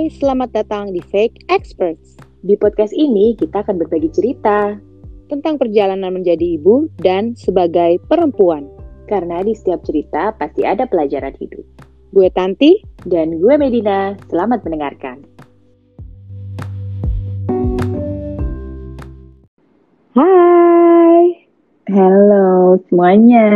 Hai, selamat datang di Fake Experts. Di podcast ini kita akan berbagi cerita Tentang perjalanan menjadi ibu dan sebagai perempuan. karena di setiap cerita pasti ada pelajaran hidup. Gue Tanti. Dan gue Medina, selamat mendengarkan. Hai. Halo semuanya.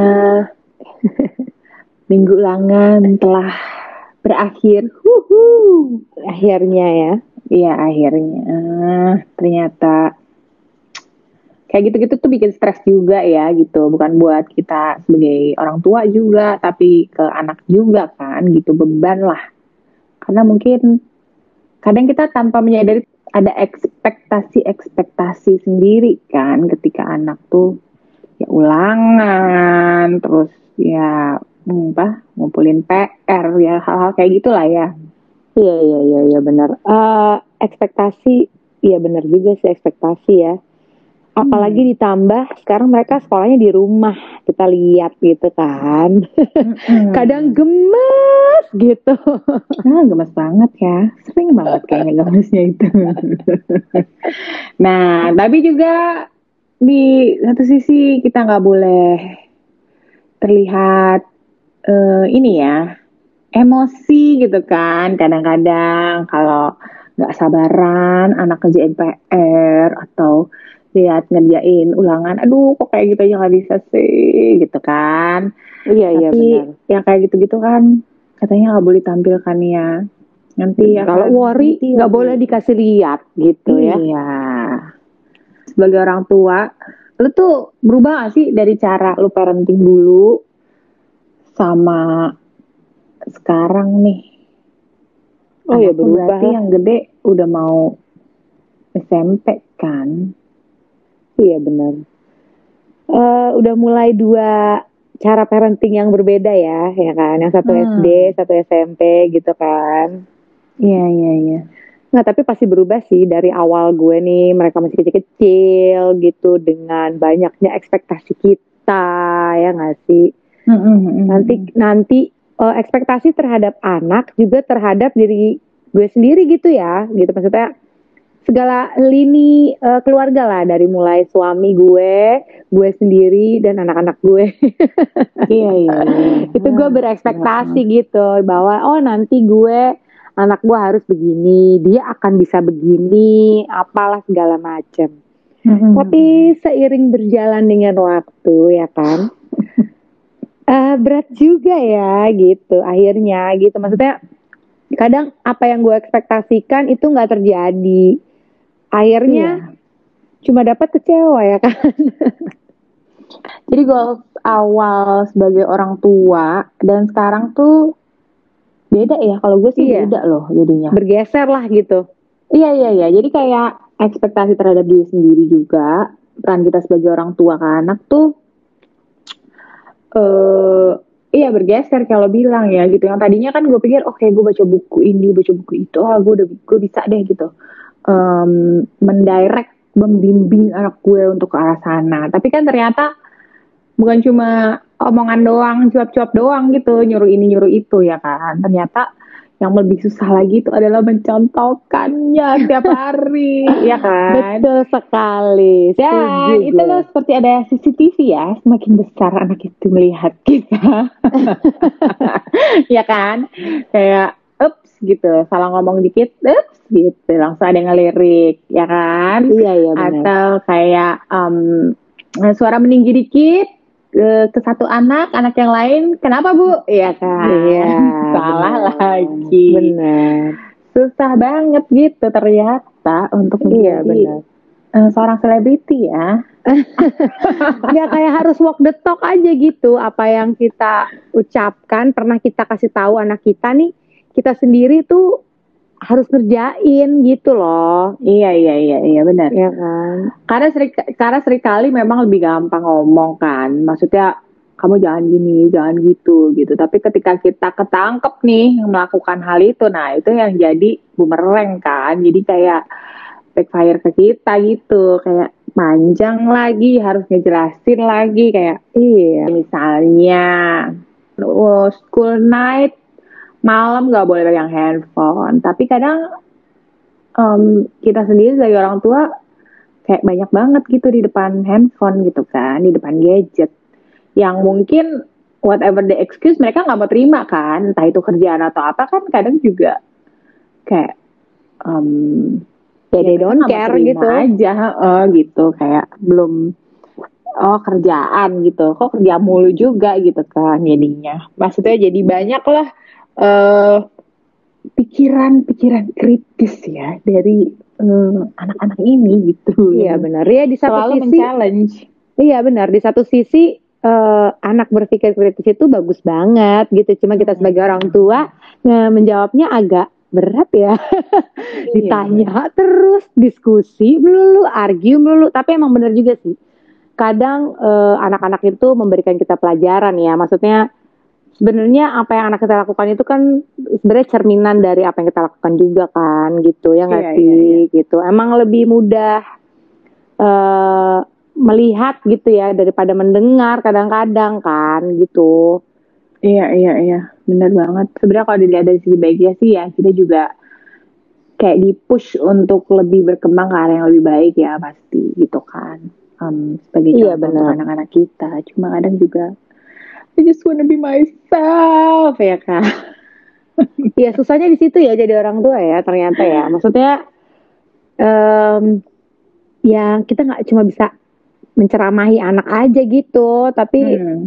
Minggu ulangan telah berakhir. Akhirnya ya. Iya akhirnya. Ternyata kayak gitu-gitu tuh bikin stres juga ya gitu. Bukan buat kita sebagai orang tua juga, tapi ke anak juga kan gitu, beban lah. Karena mungkin kadang kita tanpa menyadari ada ekspektasi sendiri kan ketika anak tuh ya ulangan, terus ya ngumpulin PR, ya hal-hal kayak gitulah ya. Iya benar. Ekspektasi, iya benar juga sih ekspektasi ya. Apalagi ditambah sekarang mereka sekolahnya di rumah, kita lihat gitu kan. Kadang gemes gitu. Gemes banget ya, sering banget kayaknya gemesnya itu. Nah, tapi juga di satu sisi kita nggak boleh terlihat ini ya, emosi gitu kan. Kadang-kadang kalau nggak sabaran anak kerjain PR atau lihat ngerjain ulangan, aduh kok kayak gitu aja nggak bisa sih gitu kan. Iya Tapi benar. yang kayak gitu-gitu kan katanya nggak boleh tampilkan ya. Nanti Kalau worry nggak boleh dikasih lihat gitu ya. Iya. Sebagai orang tua, lu tuh berubah gak sih dari cara lu parenting dulu sama sekarang nih? Oh ya Anakku berubah berarti lah. yang gede udah mau SMP kan? Iya benar. Udah mulai dua cara parenting yang berbeda ya kan. Yang satu SD, satu SMP gitu kan. Iya. Nah tapi pasti berubah sih dari awal gue nih, mereka masih kecil-kecil gitu dengan banyaknya ekspektasi kita, ya nggak sih? Nanti ekspektasi terhadap anak juga terhadap diri gue sendiri gitu ya, gitu maksudnya segala lini keluarga lah, dari mulai suami gue sendiri dan anak-anak gue. Iya. Itu gue berekspektasi gitu bahwa oh nanti anak gue harus begini, dia akan bisa begini, apalah segala macam. Tapi seiring berjalan dengan waktu ya kan, berat juga ya gitu akhirnya gitu. Maksudnya kadang apa yang gue ekspektasikan itu nggak terjadi. Akhirnya cuma dapat kecewa ya kan. Jadi goals awal sebagai orang tua dan sekarang tuh beda ya. Kalau gue sih beda loh jadinya. Bergeser lah gitu. Iya. Jadi kayak ekspektasi terhadap diri sendiri juga, peran kita sebagai orang tua ke anak tuh iya bergeser kalau bilang ya gitu. Yang tadinya kan gue pikir oke, gue baca buku ini, baca buku itu, gue bisa deh gitu mendirect, membimbing anak gue untuk ke arah sana. Tapi kan ternyata bukan cuma omongan doang, cuap-cuap doang gitu, nyuruh ini nyuruh itu ya kan. Ternyata yang lebih susah lagi itu adalah mencontohkannya setiap hari, ya kan? Betul sekali. Dan itu loh seperti ada CCTV ya, semakin besar anak itu melihat kita. Ya kan? Kayak, ups gitu, salah ngomong dikit, ups gitu, langsung ada yang ngelirik, ya kan? Iya benar. Atau kayak suara meninggi dikit, ke satu anak yang lain, kenapa bu? Iya kan? Iya, salah bener. lagi. Benar. Susah banget gitu ternyata untuk menjadi seorang selebriti ya. Nggak kayak harus walk the talk aja gitu. Apa yang kita ucapkan, pernah kita kasih tahu anak kita nih, kita sendiri tuh harus ngerjain gitu loh. Iya benar. Ya kan? Karena seringkali memang lebih gampang ngomong kan. Maksudnya kamu jangan gini, jangan gitu. Tapi ketika kita ketangkep nih melakukan hal itu, nah itu yang jadi bumerang kan. Jadi kayak backfire ke kita gitu. Kayak panjang lagi, harus ngejelasin lagi. Kayak misalnya school night, malam nggak boleh pegang handphone. Tapi kadang kita sendiri sebagai orang tua kayak banyak banget gitu di depan handphone gitu kan, di depan gadget. Yang mungkin whatever the excuse mereka nggak mau terima kan, entah itu kerjaan atau apa kan kadang juga kayak Ya, they don't care gitu aja, gitu kayak belum kerjaan gitu, kok kerja mulu juga gitu kan jadinya. Maksudnya jadi banyak lah pikiran-pikiran kritis ya dari anak-anak ini gitu. Iya benar ya, di satu Selalu sisi men-challenge. Iya benar, di satu sisi anak berpikir kritis itu bagus banget gitu. Cuma kita sebagai orang tua menjawabnya agak berat ya. Ditanya terus, diskusi melulu, argue melulu. Tapi emang benar juga sih. Kadang anak-anak itu memberikan kita pelajaran ya. Maksudnya sebenarnya apa yang anak kita lakukan itu kan sebenarnya cerminan dari apa yang kita lakukan juga kan gitu ya nggak sih gitu. Emang lebih mudah melihat gitu ya daripada mendengar kadang-kadang kan gitu. Iya, benar banget. Sebenarnya kalau dilihat dari sisi baiknya sih ya kita juga kayak di-push untuk lebih berkembang ke arah yang lebih baik ya pasti gitu kan. Sebagai contoh untuk anak-anak kita. Cuma kadang juga I just wanna be myself ya kan. Iya susahnya di situ ya jadi orang tua ya ternyata ya. Maksudnya ya kita nggak cuma bisa menceramahi anak aja gitu, tapi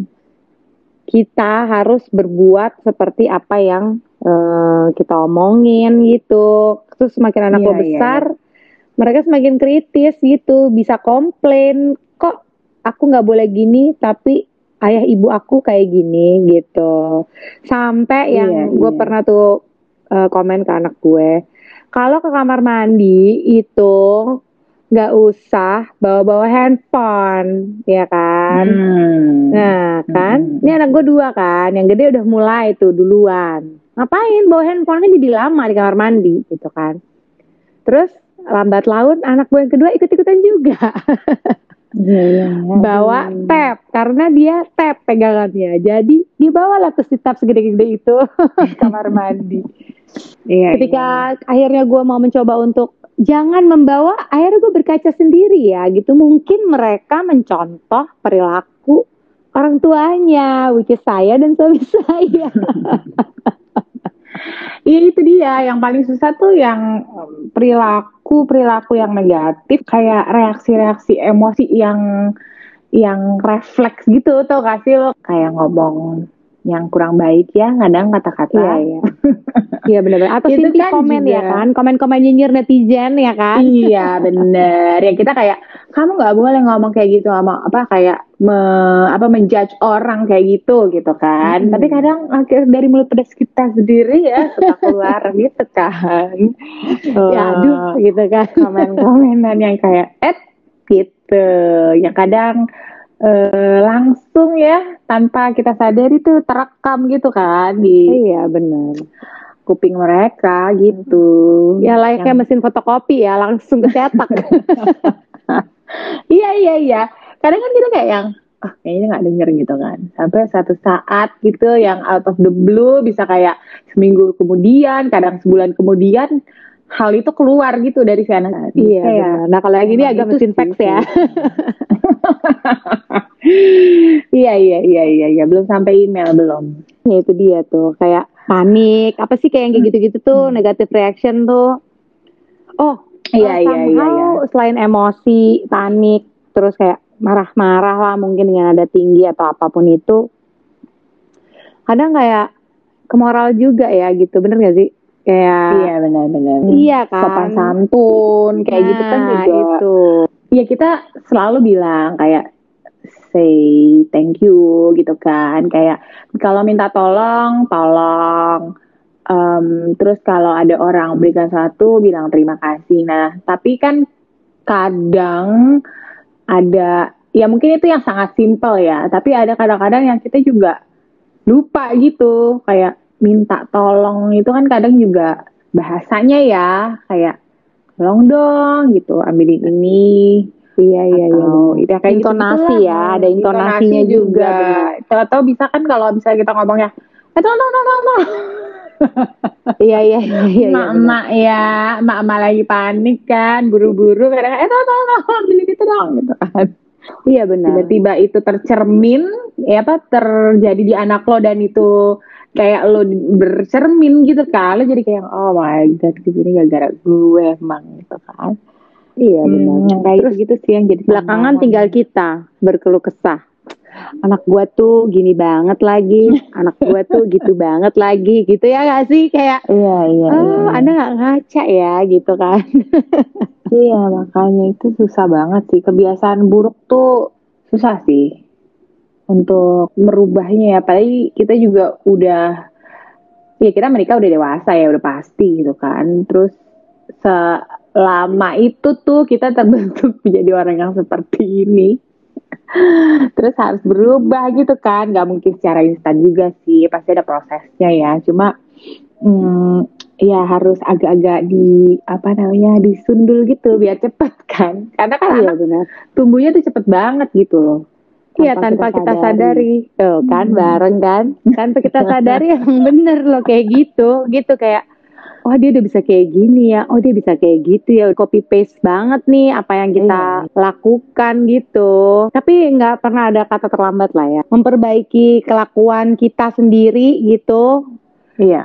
kita harus berbuat seperti apa yang kita omongin gitu. Terus semakin anak lo besar, mereka semakin kritis gitu, bisa komplain, kok aku nggak boleh gini, tapi ayah ibu aku kayak gini gitu. Sampai yang gue pernah tuh komen ke anak gue, kalau ke kamar mandi itu nggak usah bawa-bawa handphone, ya kan? Nah kan, ini anak gue 2 kan, yang gede udah mulai tuh duluan. Ngapain bawa handphonenya jadi lama di kamar mandi gitu kan? Terus lambat laun anak gue yang kedua ikut-ikutan juga. Bawa tab karena dia tab pegangannya. Jadi dibawalah tuh si tab segede-gede itu kamar mandi. Ketika akhirnya gue mau mencoba untuk jangan membawa, akhirnya gue berkaca sendiri ya gitu. Mungkin mereka mencontoh perilaku orang tuanya, which is saya dan suami saya. Iya itu dia, yang paling susah tuh yang perilaku yang negatif, kayak reaksi-reaksi emosi yang refleks gitu tuh kasih lo kayak ngomong yang kurang baik ya, kadang kata-kata. Iya benar-benar. Atau simply kan komen juga, ya kan, komen-komen nyinyir netizen ya kan. Iya bener. Ya kita kayak kamu nggak boleh ngomong kayak gitu, ngomong apa kayak menjudge orang kayak gitu kan. Tapi kadang dari mulut pedas kita sendiri ya suka keluar gitu kan. Ya aduh gitu kan. Komen-komenan yang kayak gitu. Yang kadang langsung ya tanpa kita sadari tuh terekam gitu kan di benar kuping mereka gitu. Ya layaknya mesin fotokopi ya, langsung kecetak. Iya. Kadang kan kita kayak yang kayaknya nggak denger gitu kan. Sampai satu saat gitu yang out of the blue bisa kayak seminggu kemudian, kadang sebulan kemudian hal itu keluar gitu dari si anak. Iya ya. Nah kalau yang ini agak mesin fax ya. Iya. Belum sampai email belum. Ya itu dia tuh kayak panik. Apa sih kayak yang kayak gitu-gitu tuh negative reaction tuh. Iya. Selain emosi, panik, terus kayak marah-marah lah mungkin dengan nada tinggi atau apapun itu. Kadang kayak ke moral juga ya gitu, bener gak sih? Kayak iya benar-benar. Iya kan. Sopan santun kayak gitu kan juga. Itu. Ya kita selalu bilang kayak say thank you gitu kan. Kayak kalau minta tolong. Terus kalau ada orang berikan sesuatu bilang terima kasih. Nah tapi kan kadang ada ya mungkin itu yang sangat simple ya. Tapi ada kadang-kadang yang kita juga lupa gitu kayak minta tolong itu kan kadang juga bahasanya ya kayak tolong dong gitu ambilin ini. Iya. Itu kayak intonasi gitu ya, ada intonasinya juga. Atau bisa kan kalau bisa kita ngomongnya tolong. Iya iya iya iya benar. Emak-emak ya, emak-emak lagi panik kan, buru-buru kadang tolong beli itu dong gitu kan. Iya benar. Tiba-tiba itu tercermin, ya apa terjadi di anak lo dan itu kayak lo bercermin gitu kan, lo jadi kayak oh my god gitu ini gara-gara gue emang gitu kan. Iya benar. Kayak Terus gitu sih yang jadi belakangan tantangan. tinggal kita berkeluh kesah. Anak gua tuh gini banget lagi, anak gua tuh gitu banget lagi, gitu ya gak sih? Kayak, Iya iya iya. Anda nggak ngaca ya, gitu kan? Iya makanya itu susah banget sih, kebiasaan buruk tuh susah sih untuk merubahnya ya. Apalagi kita juga udah, ya kita menikah udah dewasa ya, udah pasti gitu kan. Terus selama itu tuh kita terbentuk menjadi orang yang seperti ini. Terus harus berubah gitu kan, nggak mungkin secara instan juga sih, pasti ada prosesnya ya. Cuma ya harus agak-agak di apa namanya disundul gitu biar cepet kan, karena kan Iya anak benar. tumbuhnya tuh cepet banget gitu loh. Iya tanpa kita sadari, tuh kan Hmm. bareng kan, tanpa kita sadari emang bener loh kayak gitu, gitu kayak, oh dia udah bisa kayak gini ya, oh dia bisa kayak gitu ya, copy paste banget nih apa yang kita lakukan gitu. Tapi nggak pernah ada kata terlambat lah ya, memperbaiki kelakuan kita sendiri gitu. Iya.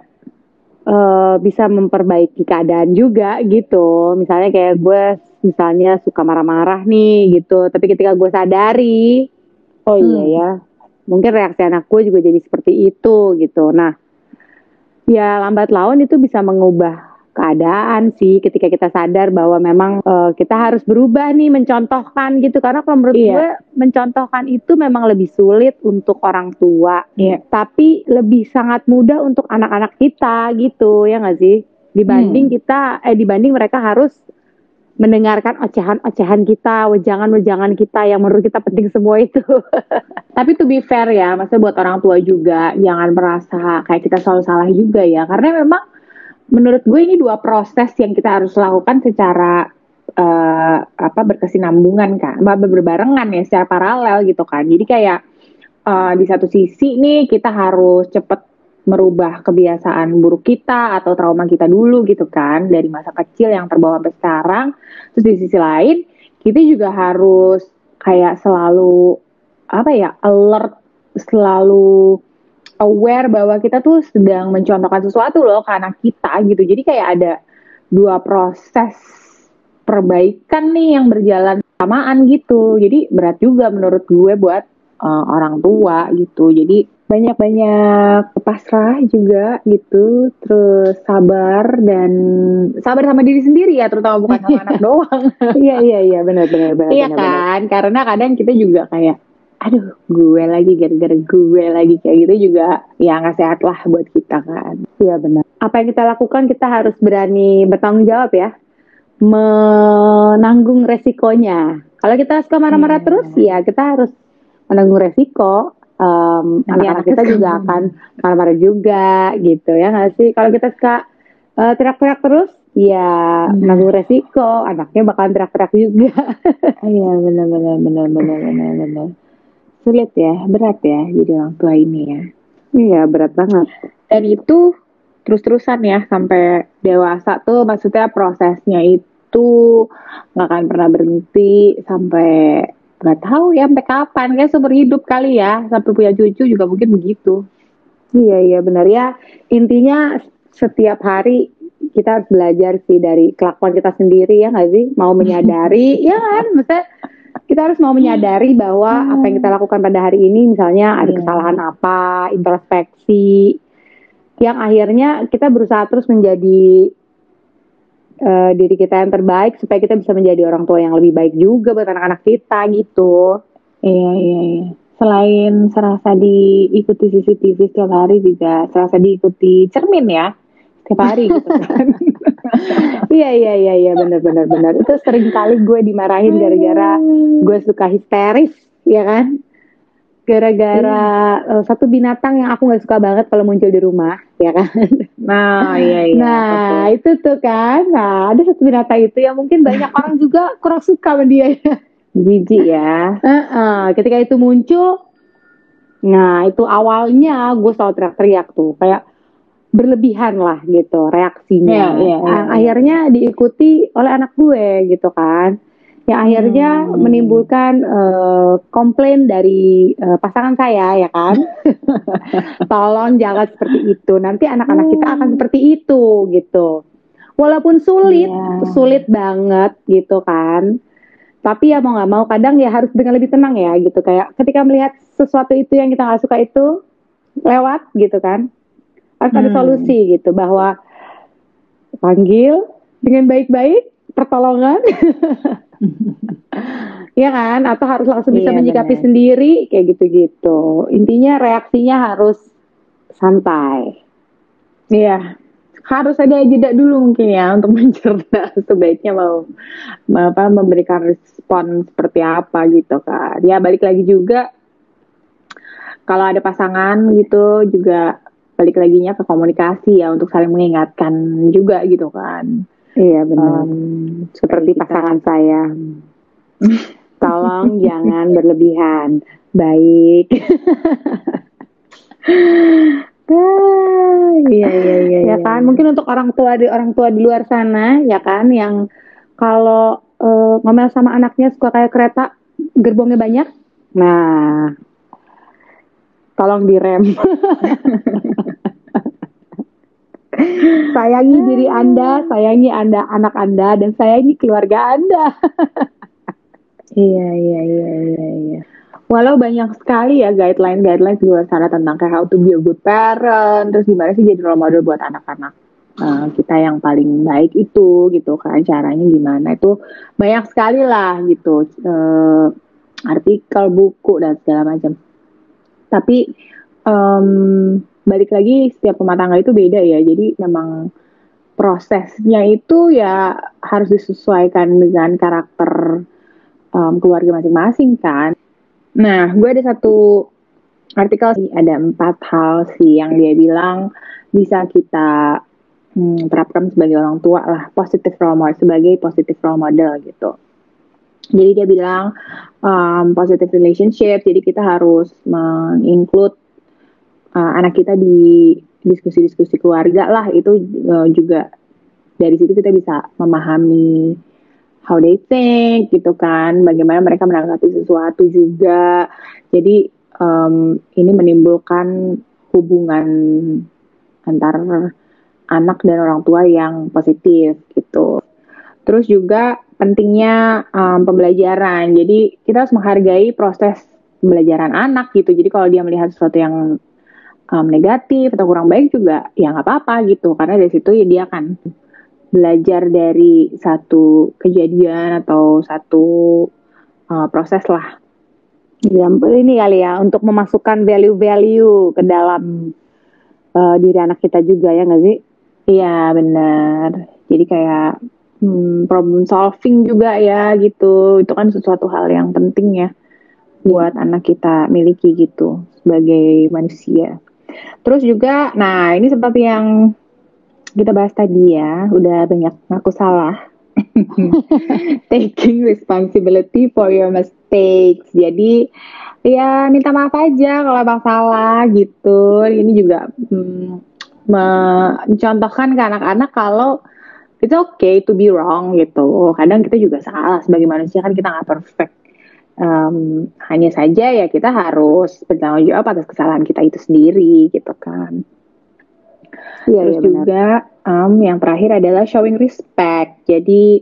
Bisa memperbaiki keadaan juga gitu. Misalnya kayak gue misalnya suka marah-marah nih gitu, tapi ketika gue sadari, oh iya ya, mungkin reaksi anak gue juga jadi seperti itu gitu. Nah, ya lambat laun itu bisa mengubah keadaan sih ketika kita sadar bahwa memang kita harus berubah nih, mencontohkan gitu. Karena kalau menurut gue mencontohkan itu memang lebih sulit untuk orang tua, tapi lebih sangat mudah untuk anak-anak kita gitu ya nggak sih, dibanding dibanding mereka harus mendengarkan ocehan-ocehan kita, wejangan-wejangan kita yang menurut kita penting semua itu. Tapi to be fair ya, maksudnya buat orang tua juga jangan merasa kayak kita selalu salah juga ya, karena memang menurut gue ini dua proses yang kita harus lakukan secara berkesinambungan kan, berbarengan ya, secara paralel gitu kan. Jadi kayak di satu sisi nih kita harus cepet merubah kebiasaan buruk kita atau trauma kita dulu gitu kan, dari masa kecil yang terbawa sampai sekarang. Terus di sisi lain kita juga harus kayak selalu alert, selalu aware bahwa kita tuh sedang mencontohkan sesuatu loh ke anak kita gitu. Jadi kayak ada dua proses perbaikan nih yang berjalan samaan gitu. Jadi berat juga menurut gue buat orang tua gitu. Jadi banyak-banyak pasrah juga gitu, terus sabar sama diri sendiri ya, terutama bukan sama anak doang. Iya benar. Iya kan, karena kadang kita juga kayak aduh gue lagi gara-gara gue lagi kayak gitu juga ya nggak sehat lah buat kita kan. Iya benar. Apa yang kita lakukan kita harus berani bertanggung jawab ya, menanggung resikonya. Kalau kita suka marah-marah terus ya kita harus menanggung resiko. Anak-anak kita juga akan marah-marah juga gitu ya nggak sih. Kalau kita suka teriak-teriak terus ya menanggung resiko, anaknya bakalan teriak-teriak juga. Iya benar. Sulit ya, berat ya jadi orang tua ini ya. Iya berat banget. Dan itu terus-terusan ya sampai dewasa tuh, maksudnya prosesnya itu nggak akan pernah berhenti sampai nggak tahu ya sampai kapan, kayak seumur hidup kali ya, sampai punya cucu juga mungkin begitu. Iya benar ya, intinya setiap hari kita harus belajar sih dari kelakuan kita sendiri ya nggak sih, mau menyadari ya kan, maksudnya kita harus mau menyadari bahwa apa yang kita lakukan pada hari ini misalnya ada kesalahan apa, introspeksi yang akhirnya kita berusaha terus menjadi diri kita yang terbaik supaya kita bisa menjadi orang tua yang lebih baik juga buat anak-anak kita gitu. Iya. Selain serasa diikuti CCTV setiap hari, juga serasa diikuti cermin ya setiap hari gitu kan. Iya benar. Itu sering kali gue dimarahin gara-gara gue suka histeris ya kan, gara-gara satu binatang yang aku nggak suka banget kalau muncul di rumah ya kan. Nah Nah itu tuh kan, nah ada satu binatang itu yang mungkin banyak orang juga kurang suka sama dia ya. Jijik ya. Ketika itu muncul, nah itu awalnya gue selalu teriak-teriak tuh kayak berlebihan lah gitu reaksinya. Akhirnya diikuti oleh anak gue gitu kan. Yang akhirnya menimbulkan komplain dari pasangan saya ya kan. Tolong jangan seperti itu. Nanti anak-anak kita akan seperti itu gitu. Walaupun sulit banget gitu kan. Tapi ya mau nggak mau kadang ya harus dengan lebih tenang ya gitu. Kayak ketika melihat sesuatu itu yang kita nggak suka itu lewat gitu kan. Harus ada solusi gitu bahwa panggil dengan baik-baik pertolongan. Ya kan, atau harus langsung bisa menyikapi sendiri kayak gitu-gitu. Intinya reaksinya harus santai. Iya, harus ada jeda dulu mungkin ya untuk mencerna sebaiknya mau memberikan respon seperti apa gitu kan. Ya balik lagi juga kalau ada pasangan gitu juga balik laginya ke komunikasi ya untuk saling mengingatkan juga gitu kan. Iya benar. Seperti pasangan saya. Tolong jangan berlebihan. Baik. Iya. Ya kan, mungkin untuk orang tua di luar sana ya kan yang kalau ngomel sama anaknya suka kayak kereta gerbongnya banyak. Nah, tolong direm. Sayangi diri Anda, sayangi anak Anda, dan sayangi keluarga Anda. Iya. Walau banyak sekali ya guideline di luar sana tentang kayak how to be a good parent, terus gimana sih jadi role model buat anak-anak kita yang paling baik itu gitu kan, caranya gimana itu banyak sekali lah gitu, artikel, buku dan segala macam. Tapi balik lagi setiap rumah tangga itu beda ya, jadi memang prosesnya itu ya harus disesuaikan dengan karakter keluarga masing-masing kan. Nah, gue ada satu artikel sih, ada 4 hal sih yang dia bilang bisa kita terapkan sebagai orang tua lah, sebagai positive role model gitu. Jadi dia bilang positive relationship, jadi kita harus menginclude anak kita di diskusi-diskusi keluarga lah, itu juga dari situ kita bisa memahami how they think gitu kan, bagaimana mereka menanggapi sesuatu juga. Jadi ini menimbulkan hubungan antar anak dan orang tua yang positif gitu. Terus juga pentingnya pembelajaran. Jadi kita harus menghargai proses pembelajaran anak gitu. Jadi kalau dia melihat sesuatu yang negatif atau kurang baik juga ya nggak apa-apa gitu, karena dari situ ya dia akan belajar dari satu kejadian atau satu proses lah. Ya, ini kali ya untuk memasukkan value-value ke dalam diri anak kita juga ya nggak sih? Iya benar. Jadi kayak problem solving juga ya gitu. Itu kan sesuatu hal yang penting ya buat anak kita miliki gitu sebagai manusia. Terus juga, nah ini seperti yang kita bahas tadi ya, udah banyak ngaku salah. Taking responsibility for your mistakes. Jadi ya minta maaf aja kalau emang salah gitu. Ini juga mencontohkan ke anak-anak kalau it's okay to be wrong gitu. Kadang kita juga salah sebagai manusia, kan kita nggak perfect. Hanya saja ya kita harus bertanggung jawab atas kesalahan kita itu sendiri gitu kan. Terus juga yang terakhir adalah showing respect. Jadi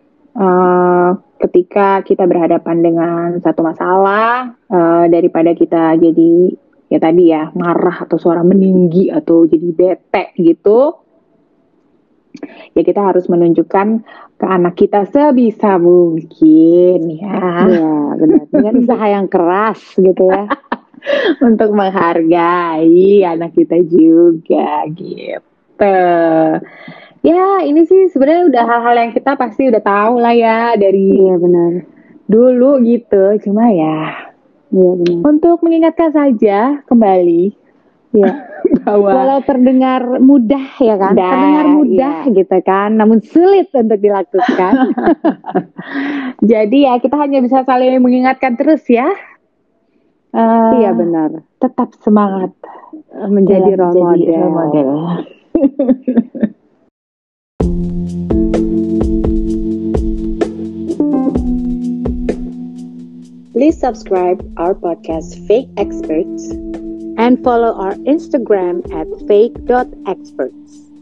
ketika kita berhadapan dengan satu masalah, daripada kita jadi ya tadi ya marah atau suara meninggi atau jadi bete gitu, ya kita harus menunjukkan ke anak kita sebisa mungkin ya. Ya benar, dengan usaha yang keras gitu ya. Untuk menghargai anak kita juga gitu. Ya ini sih sebenarnya udah hal-hal yang kita pasti udah tahu lah ya dari benar dulu gitu. Cuma ya benar. Untuk mengingatkan saja kembali ya bahwa walau terdengar mudah ya kan, terdengar mudah gitu kan, namun sulit untuk dilakukan. Jadi ya kita hanya bisa saling mengingatkan terus ya. Iya benar. Tetap semangat. menjadi role model. Please subscribe our podcast Fake Experts and follow our Instagram at fake.experts.